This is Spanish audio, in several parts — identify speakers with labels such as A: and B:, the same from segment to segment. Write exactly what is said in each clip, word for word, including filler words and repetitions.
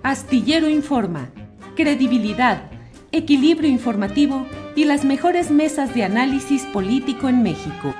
A: Astillero Informa, credibilidad, equilibrio informativo y las mejores mesas de análisis político en México.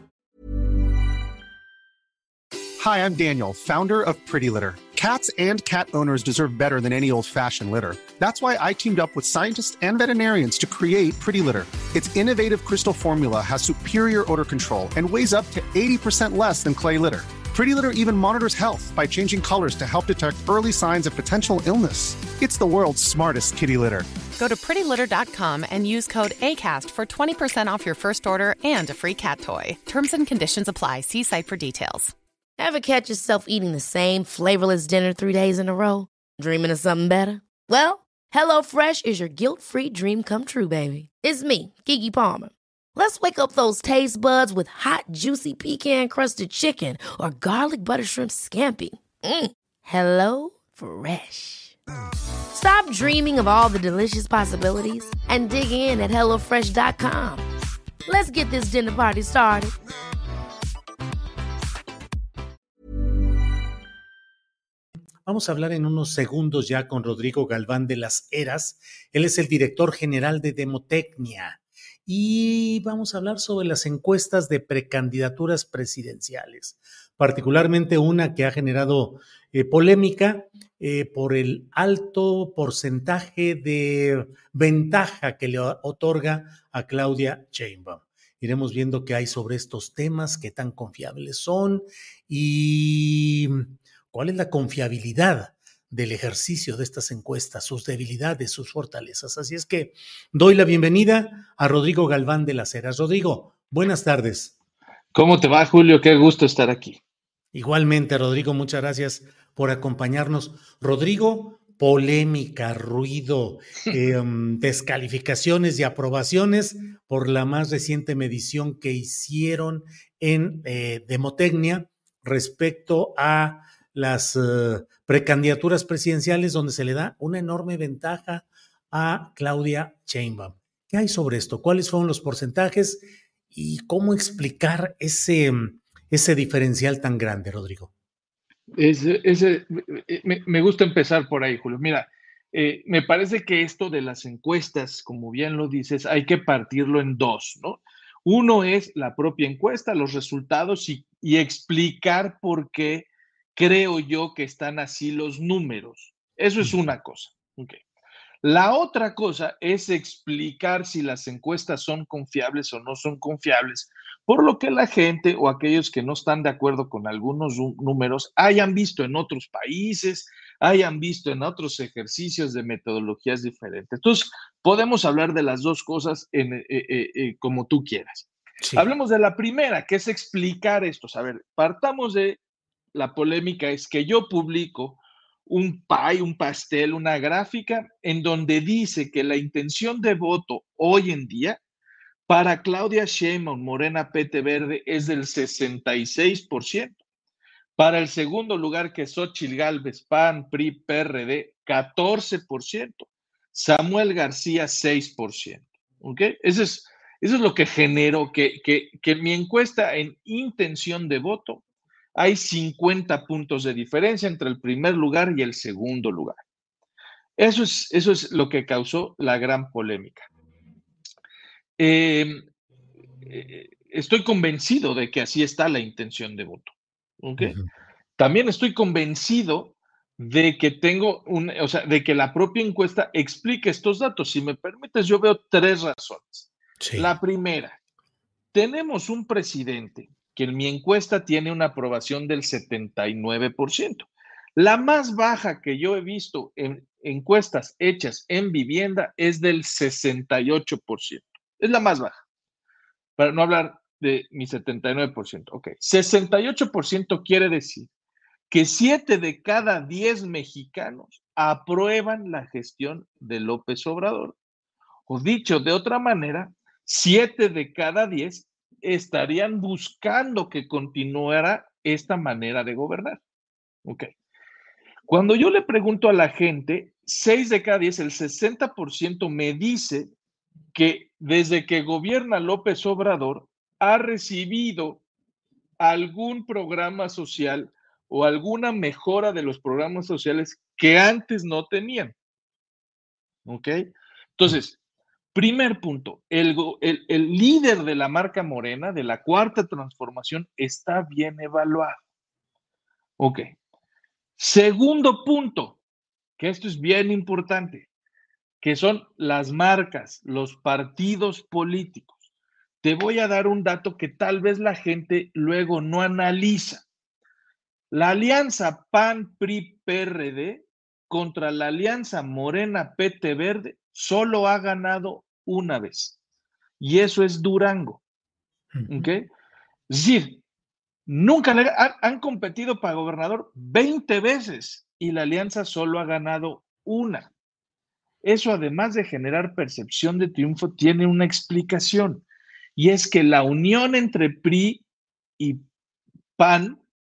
B: Hi, I'm Daniel, founder of Pretty Litter. Cats and cat owners deserve better than any old-fashioned litter. That's why I teamed up with scientists and veterinarians to create Pretty Litter. Its innovative crystal formula has superior odor control and weighs up to eighty percent less than clay litter. Pretty Litter even monitors health by changing colors to help detect early signs of potential illness. It's the world's smartest kitty litter.
C: Go to pretty litter dot com and use code ACAST for twenty percent off your first order and a free cat toy. Terms and conditions apply. See site for details.
D: Ever catch yourself eating the same flavorless dinner three days in a row? Dreaming of something better? Well, HelloFresh is your guilt-free dream come true, baby. It's me, Keke Palmer. Let's wake up those taste buds with hot, juicy pecan-crusted chicken or garlic butter shrimp scampi. Mm. Hello Fresh. Stop dreaming of all the delicious possibilities and dig in at hello fresh dot com. Let's get this dinner party started.
E: Vamos a hablar en unos segundos ya con Rodrigo Galván de las Heras. Él es el director general de Demotecnia. Y vamos a hablar sobre las encuestas de precandidaturas presidenciales, particularmente una que ha generado eh, polémica eh, por el alto porcentaje de ventaja que le otorga a Claudia Sheinbaum. Iremos viendo qué hay sobre estos temas, qué tan confiables son y cuál es la confiabilidad del ejercicio de estas encuestas, sus debilidades, sus fortalezas. Así es que doy la bienvenida a Rodrigo Galván de las Heras. Rodrigo, buenas tardes.
F: ¿Cómo te va, Julio? Qué gusto estar aquí.
E: Igualmente, Rodrigo, muchas gracias por acompañarnos. Rodrigo, polémica, ruido, eh, descalificaciones y aprobaciones por la más reciente medición que hicieron en eh, Demotecnia respecto a las uh, precandidaturas presidenciales, donde se le da una enorme ventaja a Claudia Sheinbaum. ¿Qué hay sobre esto? ¿Cuáles fueron los porcentajes y cómo explicar ese, ese diferencial tan grande, Rodrigo?
F: Ese, ese, me, me gusta empezar por ahí, Julio. Mira, eh, me parece que esto de las encuestas, como bien lo dices, hay que partirlo en dos, ¿no? Uno es la propia encuesta, los resultados y, y explicar por qué creo yo que están así los números. Eso es una cosa. Okay. La otra cosa es explicar si las encuestas son confiables o no son confiables, por lo que la gente o aquellos que no están de acuerdo con algunos números hayan visto en otros países, hayan visto en otros ejercicios de metodologías diferentes. Entonces, podemos hablar de las dos cosas en, eh, eh, eh, como tú quieras. Sí. Hablemos de la primera, que es explicar esto. A ver, partamos de la polémica es que yo publico un pie, un pastel, una gráfica en donde dice que la intención de voto hoy en día para Claudia Sheinbaum, Morena, P T Verde, es del sesenta y seis por ciento. Para el segundo lugar, que es Xóchitl Gálvez, P A N, P R I, P R D, catorce por ciento. Samuel García, seis por ciento. ¿Okay? Eso es, eso es lo que generó que, que, que mi encuesta en intención de voto hay cincuenta puntos de diferencia entre el primer lugar y el segundo lugar. Eso es, eso es lo que causó la gran polémica. Eh, eh, estoy convencido de que así está la intención de voto. ¿Okay? Uh-huh. También estoy convencido de que tengo un, o sea, de que la propia encuesta explique estos datos. Si me permites, yo veo tres razones. Sí. La primera, tenemos un presidente que en mi encuesta tiene una aprobación del setenta y nueve por ciento. La más baja que yo he visto en encuestas hechas en vivienda es del sesenta y ocho por ciento. Es la más baja, para no hablar de mi setenta y nueve por ciento. Ok, sesenta y ocho por ciento quiere decir que siete de cada diez mexicanos aprueban la gestión de López Obrador. O dicho de otra manera, siete de cada diez estarían buscando que continuara esta manera de gobernar. Ok. Cuando yo le pregunto a la gente, seis de cada diez, el sesenta por ciento me dice que desde que gobierna López Obrador ha recibido algún programa social o alguna mejora de los programas sociales que antes no tenían. ¿Ok? Entonces, primer punto, el, el, el líder de la marca Morena, de la cuarta transformación, está bien evaluado. Ok. Segundo punto, que esto es bien importante, que son las marcas, los partidos políticos. Te voy a dar un dato que tal vez la gente luego no analiza. La alianza P A N P R I P R D contra la alianza Morena P T Verde solo ha ganado una vez. Y eso es Durango. ¿Ok? Es decir, nunca le, han, han competido para gobernador veinte veces y la alianza solo ha ganado una. Eso, además de generar percepción de triunfo, tiene una explicación. Y es que la unión entre P R I y P A N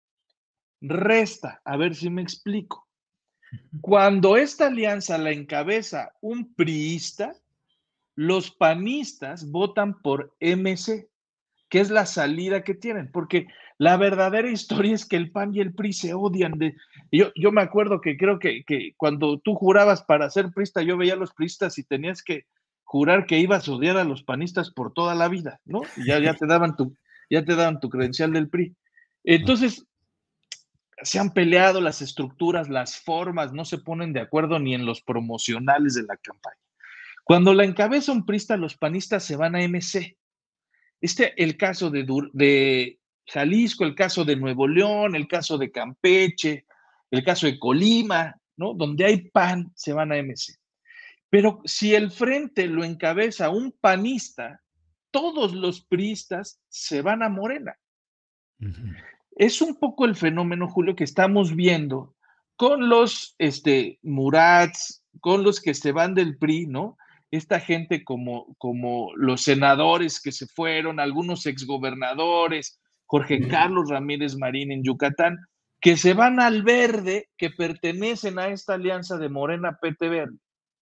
F: resta. A ver si me explico. Cuando esta alianza la encabeza un priista, los panistas votan por M C, que es la salida que tienen, porque la verdadera historia es que el P A N y el P R I se odian. De, yo, yo me acuerdo que creo que, que cuando tú jurabas para ser priista, yo veía a los priistas y tenías que jurar que ibas a odiar a los panistas por toda la vida, ¿no? Y ya, ya, te daban tu, ya te daban tu credencial del P R I. Entonces, se han peleado las estructuras, las formas, no se ponen de acuerdo ni en los promocionales de la campaña. Cuando la encabeza un priista, los panistas se van a M C. Este, el caso de, de Jalisco, el caso de Nuevo León, el caso de Campeche, el caso de Colima, ¿no? Donde hay P A N, se van a M C. Pero si el frente lo encabeza un panista, todos los priistas se van a Morena. Uh-huh. Es un poco el fenómeno, Julio, que estamos viendo con los este, Murats, con los que se van del P R I, ¿no? Esta gente como, como los senadores que se fueron, algunos exgobernadores, Jorge Carlos Ramírez Marín en Yucatán, que se van al verde, que pertenecen a esta alianza de Morena P T Verde.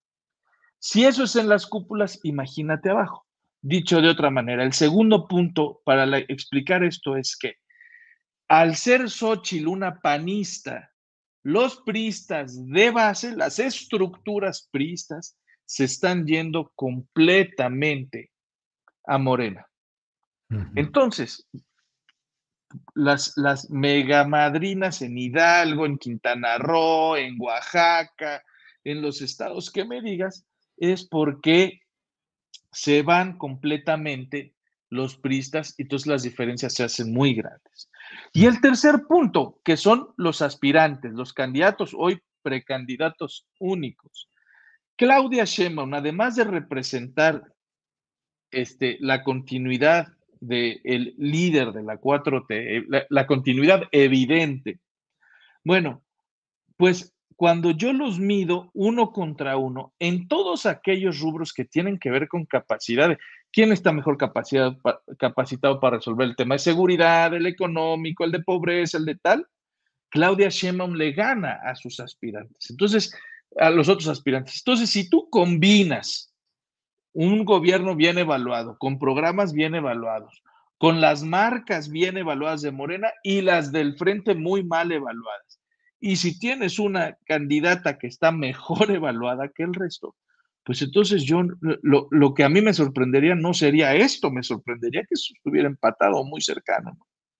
F: Si eso es en las cúpulas, imagínate abajo. Dicho de otra manera, el segundo punto para la, explicar esto es que al ser Xóchitl una panista, los priistas de base, las estructuras priistas, se están yendo completamente a Morena. Uh-huh. Entonces, las, las megamadrinas en Hidalgo, en Quintana Roo, en Oaxaca, en los estados que me digas, es porque se van completamente los priistas y entonces las diferencias se hacen muy grandes. Y el tercer punto, que son los aspirantes, los candidatos, hoy precandidatos únicos. Claudia Sheinbaum, además de representar este, la continuidad del líder de la cuatro T, la, la continuidad evidente, bueno, pues cuando yo los mido uno contra uno, en todos aquellos rubros que tienen que ver con capacidad, ¿quién está mejor capacitado, capacitado para resolver el tema de seguridad, el económico, el de pobreza, el de tal? Claudia Sheinbaum le gana a sus aspirantes. Entonces, a los otros aspirantes. Entonces, si tú combinas un gobierno bien evaluado, con programas bien evaluados, con las marcas bien evaluadas de Morena y las del frente muy mal evaluadas, y si tienes una candidata que está mejor evaluada que el resto, pues entonces yo, lo, lo que a mí me sorprendería no sería esto, me sorprendería que eso estuviera empatado o muy cercano.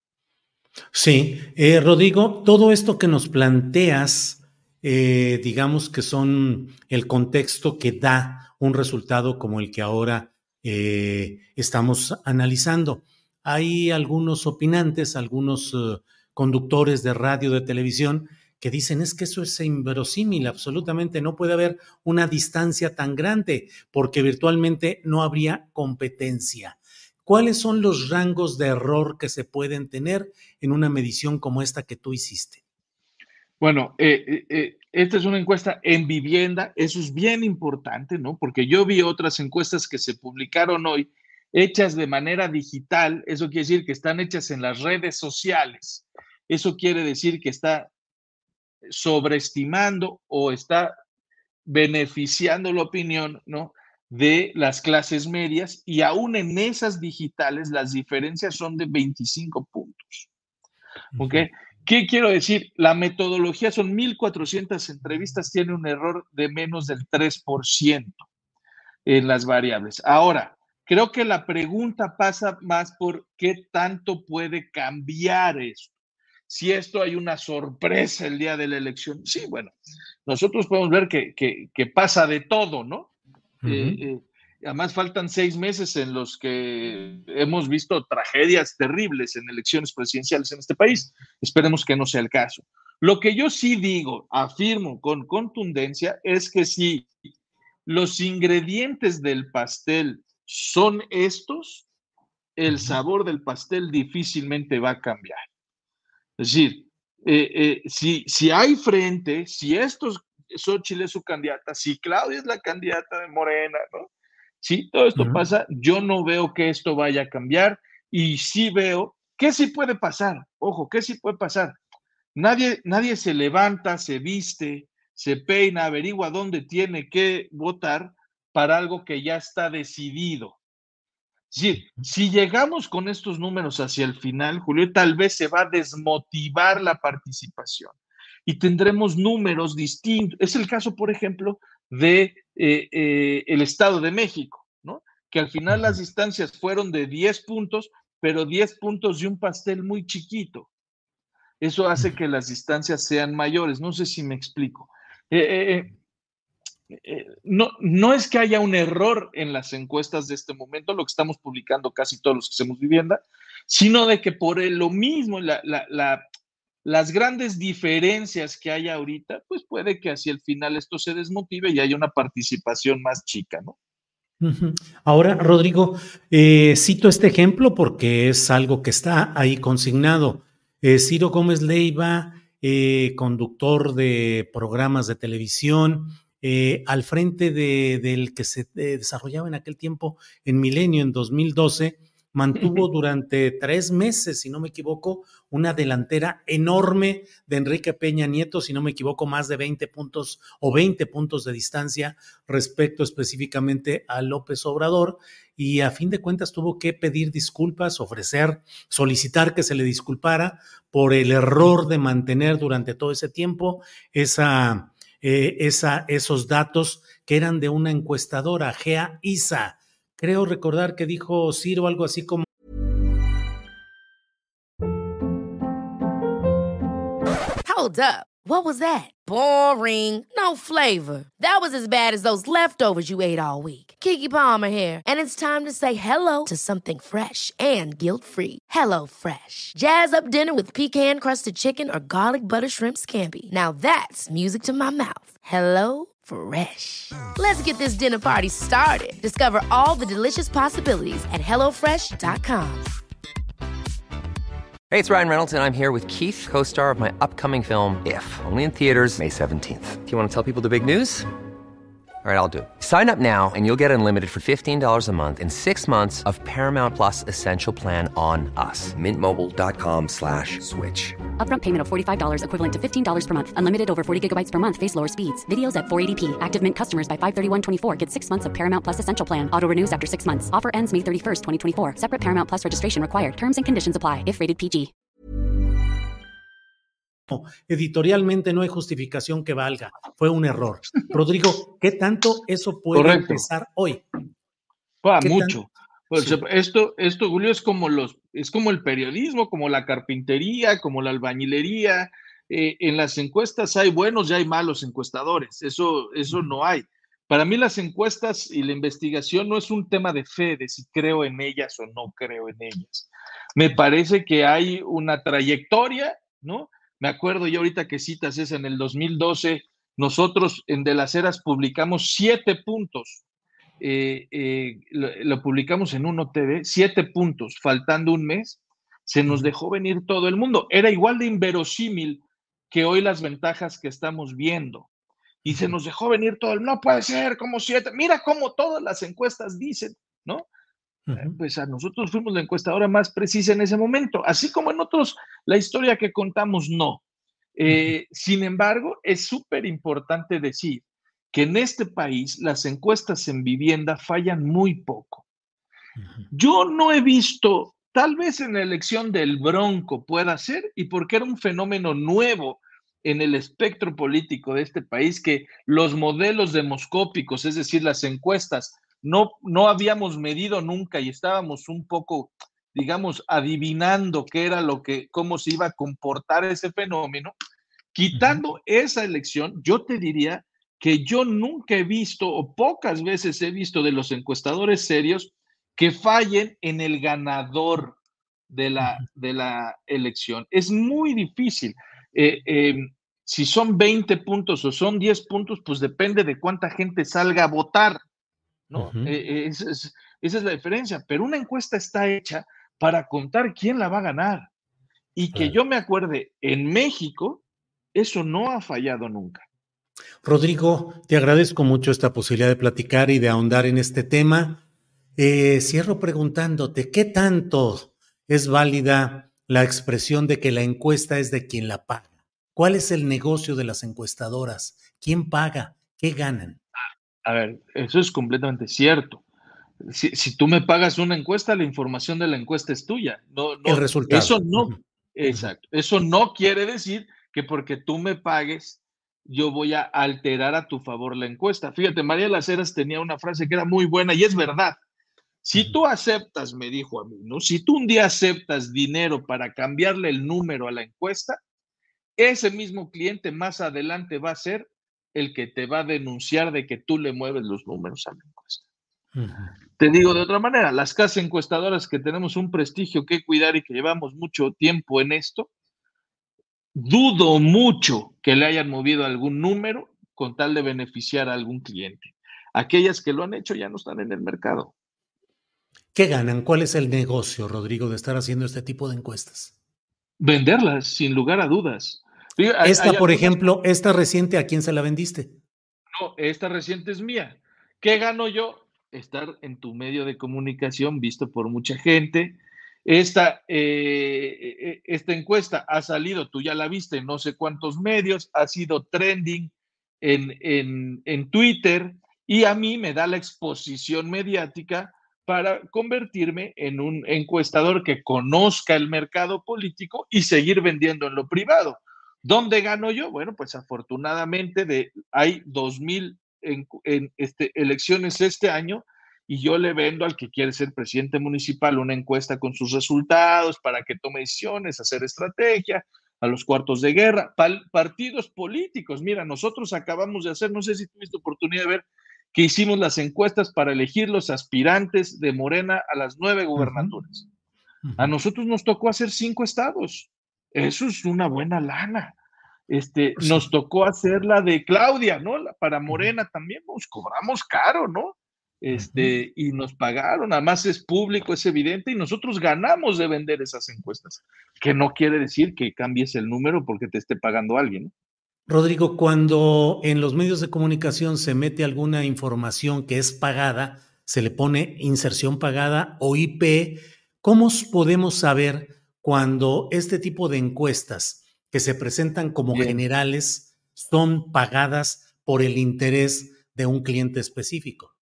E: Sí, eh, Rodrigo, todo esto que nos planteas, Eh, digamos que son el contexto que da un resultado como el que ahora eh, estamos analizando. Hay algunos opinantes, algunos uh, conductores de radio, de televisión, que dicen es que eso es inverosímil, absolutamente no puede haber una distancia tan grande porque virtualmente no habría competencia. ¿Cuáles son los rangos de error que se pueden tener en una medición como esta que tú hiciste?
F: Bueno, eh, eh, esta es una encuesta en vivienda, eso es bien importante, ¿no? Porque yo vi otras encuestas que se publicaron hoy, hechas de manera digital, eso quiere decir que están hechas en las redes sociales, eso quiere decir que está sobreestimando o está beneficiando la opinión, ¿no?, de las clases medias, y aún en esas digitales las diferencias son de veinticinco puntos, ¿ok? Uh-huh. ¿Qué quiero decir? La metodología son mil cuatrocientas entrevistas, tiene un error de menos del tres por ciento en las variables. Ahora, creo que la pregunta pasa más por qué tanto puede cambiar esto. Si esto hay una sorpresa el día de la elección, sí, bueno, nosotros podemos ver que, que, que pasa de todo, ¿no? Uh-huh. eh, eh, además faltan seis meses en los que hemos visto tragedias terribles en elecciones presidenciales en este país. Esperemos que no sea el caso. Lo que yo sí digo, afirmo con contundencia, es que si los ingredientes del pastel son estos, el sabor del pastel difícilmente va a cambiar. Es decir, eh, eh, si, si hay frente, si estos, Xóchitl es su candidata, si Claudia es la candidata de Morena, ¿no? Si todo esto uh-huh. pasa, yo no veo que esto vaya a cambiar y sí veo que sí puede pasar. Ojo, que sí puede pasar. Nadie, nadie se levanta, se viste, se peina, averigua dónde tiene que votar para algo que ya está decidido. Es decir, si llegamos con estos números hacia el final, Julio, tal vez se va a desmotivar la participación y tendremos números distintos. Es el caso, por ejemplo, de eh, eh, el Estado de México, ¿no? Que al final las distancias fueron de diez puntos, pero diez puntos de un pastel muy chiquito. Eso hace que las distancias sean mayores. No sé si me explico. Eh, eh, eh, no, no es que haya un error en las encuestas de este momento, lo que estamos publicando casi todos los que hacemos vivienda, sino de que por lo mismo, la, la, la, las grandes diferencias que hay ahorita, pues puede que hacia el final esto se desmotive y haya una participación más chica, ¿no?
E: Ahora, Rodrigo, eh, cito este ejemplo porque es algo que está ahí consignado. Eh, Ciro Gómez Leiva, eh, conductor de programas de televisión, eh, al frente de, del que se eh, desarrollaba en aquel tiempo en Milenio, en dos mil doce, mantuvo durante tres meses, si no me equivoco, una delantera enorme de Enrique Peña Nieto, si no me equivoco, más de veinte puntos o veinte puntos de distancia respecto específicamente a López Obrador, y a fin de cuentas tuvo que pedir disculpas, ofrecer, solicitar que se le disculpara por el error de mantener durante todo ese tiempo esa, eh, esa, esos datos que eran de una encuestadora, Gea Isa. Creo recordar que dijo Ciro algo así como...
D: Hold up. What was that? Boring. No flavor. That was as bad as those leftovers you ate all week. Keke Palmer here, and it's time to say hello to something fresh and guilt-free. Hello Fresh. Jazz up dinner with pecan-crusted chicken or garlic butter shrimp scampi. Now that's music to my mouth. Hello Fresh. Let's get this dinner party started. Discover all the delicious possibilities at hello fresh dot com.
G: Hey, it's Ryan Reynolds, and I'm here with Keith, co-star of my upcoming film, If, only in theaters May seventeenth. Do you want to tell people the big news? All right, I'll do it. Sign up now and you'll get unlimited for fifteen dollars a month and six months of Paramount Plus Essential Plan on us. Mint Mobile dot com slash switch.
H: Upfront payment of forty-five dollars equivalent to fifteen dollars per month. Unlimited over forty gigabytes per month. Face lower speeds. Videos at four eighty p. Active Mint customers by five thirty-one twenty-four get six months of Paramount Plus Essential Plan. Auto renews after six months. Offer ends May thirty-first, twenty twenty-four. Separate Paramount Plus registration required. Terms and conditions apply if rated P G.
E: Editorialmente no hay justificación que valga, fue un error. Rodrigo, ¿qué tanto eso puede
F: Correcto.
E: empezar hoy?
F: Ah, mucho. Pues sí. Esto, esto, Julio, es como los, es como el periodismo, como la carpintería, como la albañilería. Eh, en las encuestas hay buenos y hay malos encuestadores. Eso, eso no hay. Para mí las encuestas y la investigación no es un tema de fe, de si creo en ellas o no creo en ellas. Me parece que hay una trayectoria, ¿no? Me acuerdo yo ahorita que citas esa, en el dos mil doce, nosotros en De las Heras publicamos siete puntos, eh, eh, lo, lo publicamos en Uno T V, siete puntos, faltando un mes, se nos dejó venir todo el mundo. Era igual de inverosímil que hoy las ventajas que estamos viendo. Y se nos dejó venir todo el mundo, no puede ser, como siete, mira cómo todas las encuestas dicen, ¿no? Uh-huh. Pues a nosotros fuimos la encuestadora más precisa en ese momento, así como en otros, la historia que contamos no. Eh, uh-huh. Sin embargo, es súper importante decir que en este país las encuestas en vivienda fallan muy poco. Uh-huh. Yo no he visto Tal vez en la elección del Bronco pueda ser, y porque era un fenómeno nuevo en el espectro político de este país, que los modelos demoscópicos, es decir, las encuestas, no, no habíamos medido nunca y estábamos un poco, digamos, adivinando qué era lo que, cómo se iba a comportar ese fenómeno. Quitando esa elección, yo te diría que yo nunca he visto, o pocas veces he visto de los encuestadores serios, que fallen en el ganador de la, de la elección. Es muy difícil. Eh, eh, si son veinte puntos o son diez puntos, pues depende de cuánta gente salga a votar, ¿no?
E: Ujú.
F: Eh, es, es, esa es la diferencia. Pero una encuesta está hecha para contar quién la va a ganar. Y que
E: Claro.
F: yo me acuerde, en México, eso no ha fallado nunca.
E: Rodrigo, te agradezco mucho esta posibilidad de platicar y de ahondar en este tema. Eh, cierro preguntándote, ¿qué tanto es válida la expresión de que la encuesta es de quien la paga? ¿Cuál es el negocio de las encuestadoras? ¿Quién paga? ¿Qué ganan?
F: A ver, eso es completamente cierto. Si, si tú me pagas una encuesta, la información de la encuesta es tuya. No,
E: El
F: no,
E: resultado.
F: eso no,
E: Ujú, ujú.
F: exacto. Eso no quiere decir que porque tú me pagues, yo voy a alterar a tu favor la encuesta. Fíjate, María Las Heras tenía una frase que era muy buena y es verdad. Si tú aceptas, me dijo a mí, ¿no? Si tú un día aceptas dinero para cambiarle el número a la encuesta, ese mismo cliente más adelante va a ser el que te va a denunciar de que tú le mueves los números a la encuesta.
E: Ujú.
F: Te digo de otra manera, las casas encuestadoras que tenemos un prestigio que cuidar y que llevamos mucho tiempo en esto, dudo mucho que le hayan movido algún número con tal de beneficiar a algún cliente. Aquellas que lo han hecho ya no están en el mercado.
E: ¿Qué ganan? ¿Cuál es el negocio, Rodrigo, de estar haciendo este tipo de encuestas?
F: Venderlas, sin lugar a dudas. Fíjate, hay,
E: Esta,
F: hay
E: por
F: algunas,
E: ejemplo, esta reciente, ¿a quién se la vendiste?
F: no, esta reciente es mía. ¿Qué gano yo? Estar en tu medio de comunicación visto por mucha gente. Esta, eh, eh, esta encuesta ha salido, tú ya la viste en no sé cuántos medios, ha sido trending en, en, en Twitter y a mí me da la exposición mediática para convertirme en un encuestador que conozca el mercado político y seguir vendiendo en lo privado. ¿Dónde gano yo? Bueno, pues afortunadamente de, hay dos mil en, en este, elecciones este año y yo le vendo al que quiere ser presidente municipal una encuesta con sus resultados para que tome decisiones, hacer estrategia, a los cuartos de guerra, pal, partidos políticos. Mira, nosotros acabamos de hacer, no sé si tuviste oportunidad de ver, que hicimos las encuestas para elegir los aspirantes de Morena a las nueve gubernaturas.
E: Uh -huh. Uh -huh.
F: A nosotros nos tocó hacer cinco estados. Eso es una buena lana. Este,
E: Sí.
F: Nos tocó hacer la de Claudia, ¿no? La, para Morena uh -huh. también nos cobramos caro, ¿no? Este, uh -huh. Y nos pagaron, además es público, es evidente, y nosotros ganamos de vender esas encuestas, que no quiere decir que cambies el número porque te esté pagando alguien, ¿no?
E: Rodrigo, cuando en los medios de comunicación se mete alguna información que es pagada, se le pone inserción pagada o I P, ¿cómo podemos saber cuando este tipo de encuestas que se presentan como Bien. generales son pagadas por el interés de un cliente específico?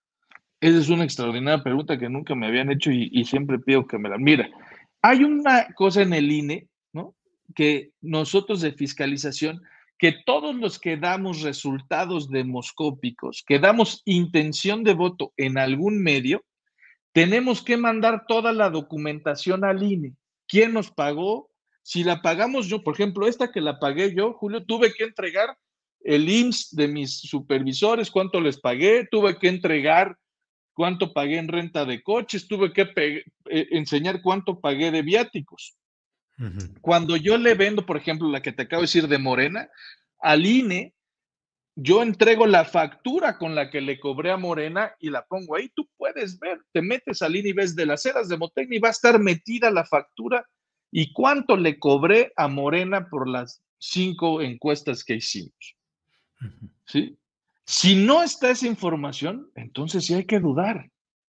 F: Esa es una extraordinaria pregunta que nunca me habían hecho y, y siempre pido que me la... Mira, hay una cosa en el I N E, ¿no? Que nosotros de fiscalización, que todos los que damos resultados demoscópicos, que damos intención de voto en algún medio, tenemos que mandar toda la documentación al I N E. ¿Quién nos pagó? Si la pagamos yo, por ejemplo, esta que la pagué yo, Julio, tuve que entregar el I M S S de mis supervisores, cuánto les pagué, tuve que entregar cuánto pagué en renta de coches, tuve que eh, enseñar cuánto pagué de viáticos. Uh-huh. Cuando yo le vendo, por ejemplo, la que te acabo de decir de Morena, al I N E, yo entrego la factura con la que le cobré a Morena y la pongo ahí. Tú puedes ver, te metes al I N E y ves de las eras de Motecnia y va a estar metida la factura y cuánto le cobré a Morena por las cinco encuestas que hicimos. Uh-huh. ¿Sí? Si no está esa información, entonces sí hay que dudar.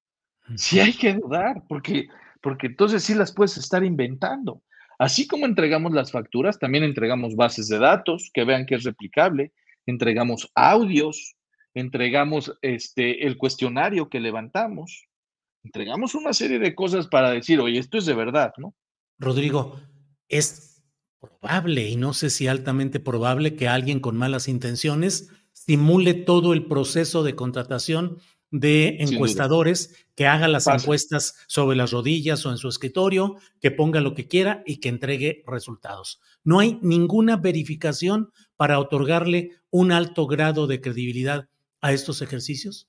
F: Sí hay que dudar, porque, porque entonces sí las puedes estar inventando. Así como entregamos las facturas, también entregamos bases de datos que vean que es replicable, entregamos audios, entregamos este, el cuestionario que levantamos. Entregamos una serie de cosas para decir, oye, esto es de verdad, ¿no?
E: Rodrigo, es probable, y no sé si altamente probable, que alguien con malas intenciones simule todo el proceso de contratación de encuestadores, que haga las Pasa. encuestas sobre las rodillas o en su escritorio, que ponga lo que quiera y que entregue resultados. No hay ninguna verificación para otorgarle un alto grado de credibilidad a estos ejercicios.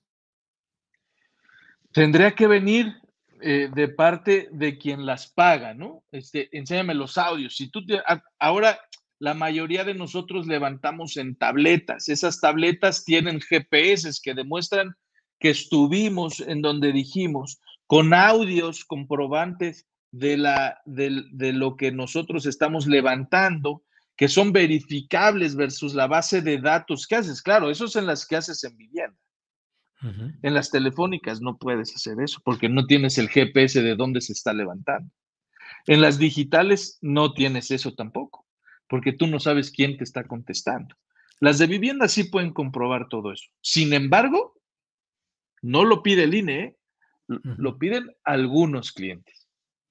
F: Tendría que venir eh, de parte de quien las paga, ¿no? Este, enséñame los audios. Si tú te, a, ahora la mayoría de nosotros levantamos en tabletas. Esas tabletas tienen G P S que demuestran que estuvimos en donde dijimos, con audios comprobantes de, la, de, de lo que nosotros estamos levantando, que son verificables versus la base de datos que haces. Claro, eso es en las que haces en vivienda. Uh-huh. En las telefónicas no puedes hacer eso porque no tienes el G P S de dónde se está levantando. En las digitales no tienes eso tampoco, porque tú no sabes quién te está contestando. Las de vivienda sí pueden comprobar todo eso. Sin embargo, no lo pide el I N E, ¿eh? Uh-huh. Lo piden algunos clientes.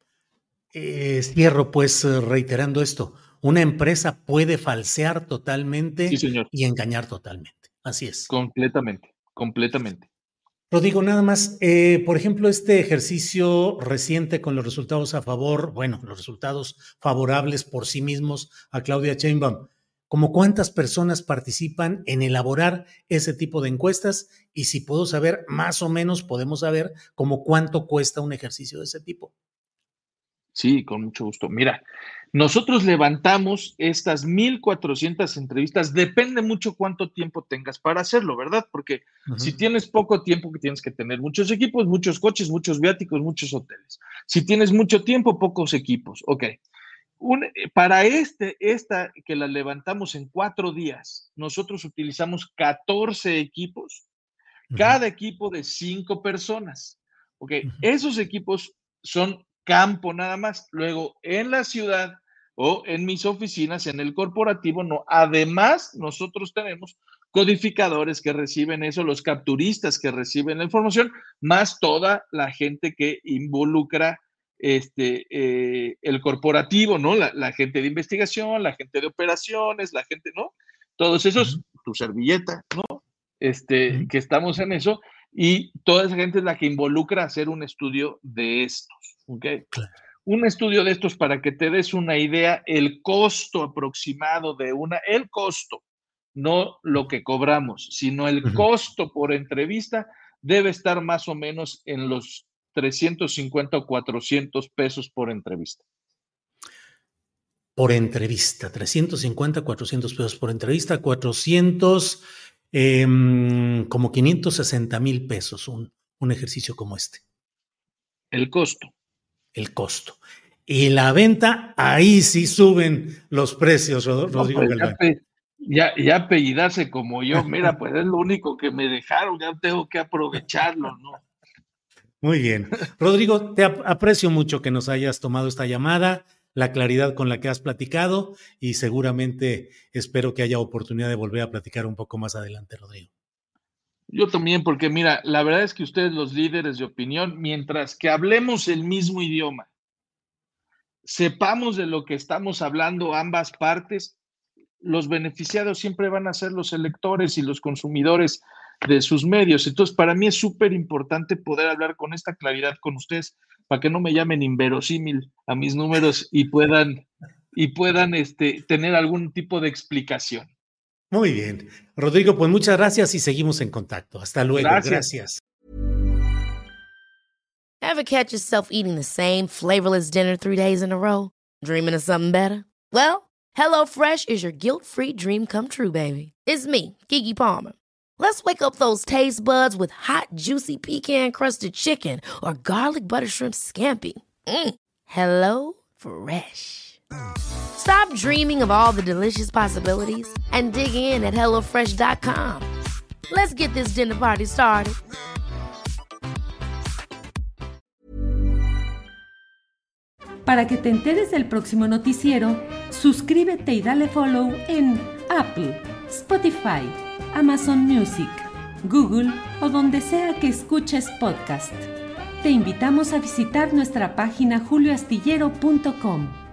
E: Eh, cierro pues reiterando esto. Una empresa puede falsear totalmente
F: sí, señor.
E: Y engañar totalmente. Así es.
F: Completamente. Completamente.
E: Rodrigo, nada más, eh, por ejemplo, este ejercicio reciente con los resultados a favor, bueno, los resultados favorables por sí mismos a Claudia Sheinbaum, ¿cómo cuántas personas participan en elaborar ese tipo de encuestas? Y si puedo saber, más o menos podemos saber como cuánto cuesta un ejercicio de ese tipo.
F: Sí, con mucho gusto. Mira, nosotros levantamos estas mil cuatrocientas entrevistas, depende mucho cuánto tiempo tengas para hacerlo, ¿verdad? Porque uh-huh. si tienes poco tiempo, que tienes que tener muchos equipos, muchos coches, muchos viáticos, muchos hoteles. Si tienes mucho tiempo, pocos equipos. Ok. Un, para este, esta que la levantamos en cuatro días, nosotros utilizamos catorce equipos, uh-huh. cada equipo de cinco personas. Ok. Uh-huh. Esos equipos son campo nada más. Luego, en la ciudad o en mis oficinas, en el corporativo, no. Además, nosotros tenemos codificadores que reciben eso, los capturistas que reciben la información, más toda la gente que involucra este, eh, el corporativo, ¿no? La, la gente de investigación, la gente de operaciones, la gente, ¿no? Todos esos, uh-huh. tu servilleta, ¿no? Este, uh-huh. que estamos en eso, y toda esa gente es la que involucra hacer un estudio de estos. Okay. Claro. Un estudio de estos, para que te des una idea, el costo aproximado de una, el costo, no lo que cobramos, sino el uh-huh. costo por entrevista debe estar más o menos en los trescientos cincuenta o cuatrocientos pesos por entrevista.
E: Por entrevista, trescientos cincuenta, cuatrocientos pesos por entrevista, cuatrocientos, eh, como quinientos sesenta mil pesos, un, un ejercicio como este.
F: El costo.
E: El costo. Y la venta, ahí sí suben los precios, Rodrigo
F: no, pues
E: Galván.
F: Ya, ya apellidarse como yo, mira, pues es lo único que me dejaron, ya tengo que aprovecharlo, ¿no?
E: Muy bien. Rodrigo, te aprecio mucho que nos hayas tomado esta llamada, la claridad con la que has platicado, y seguramente espero que haya oportunidad de volver a platicar un poco más adelante, Rodrigo.
F: Yo también, porque mira, la verdad es que ustedes, los líderes de opinión, mientras que hablemos el mismo idioma, sepamos de lo que estamos hablando ambas partes, los beneficiados siempre van a ser los electores y los consumidores de sus medios. Entonces, para mí es súper importante poder hablar con esta claridad con ustedes, para que no me llamen inverosímil a mis números y puedan, y puedan este, tener algún tipo de explicación.
E: Muy bien. Rodrigo, pues muchas gracias y seguimos en contacto. Hasta luego.
F: Gracias.
E: Gracias.
D: Ever catch yourself eating the same flavorless dinner three days in a row? Dreaming of something better? Well, HelloFresh is your guilt-free dream come true, baby. It's me, Keke Palmer. Let's wake up those taste buds with hot, juicy pecan-crusted chicken or garlic butter shrimp scampi. Mm. Hello Fresh. Stop dreaming of all the delicious possibilities and dig in at hello fresh dot com. Let's get this dinner party started.
A: Para que te enteres del próximo noticiero, suscríbete y dale follow en Apple, Spotify, Amazon Music, Google o donde sea que escuches podcast. te invitamos a visitar nuestra página julio astillero punto com.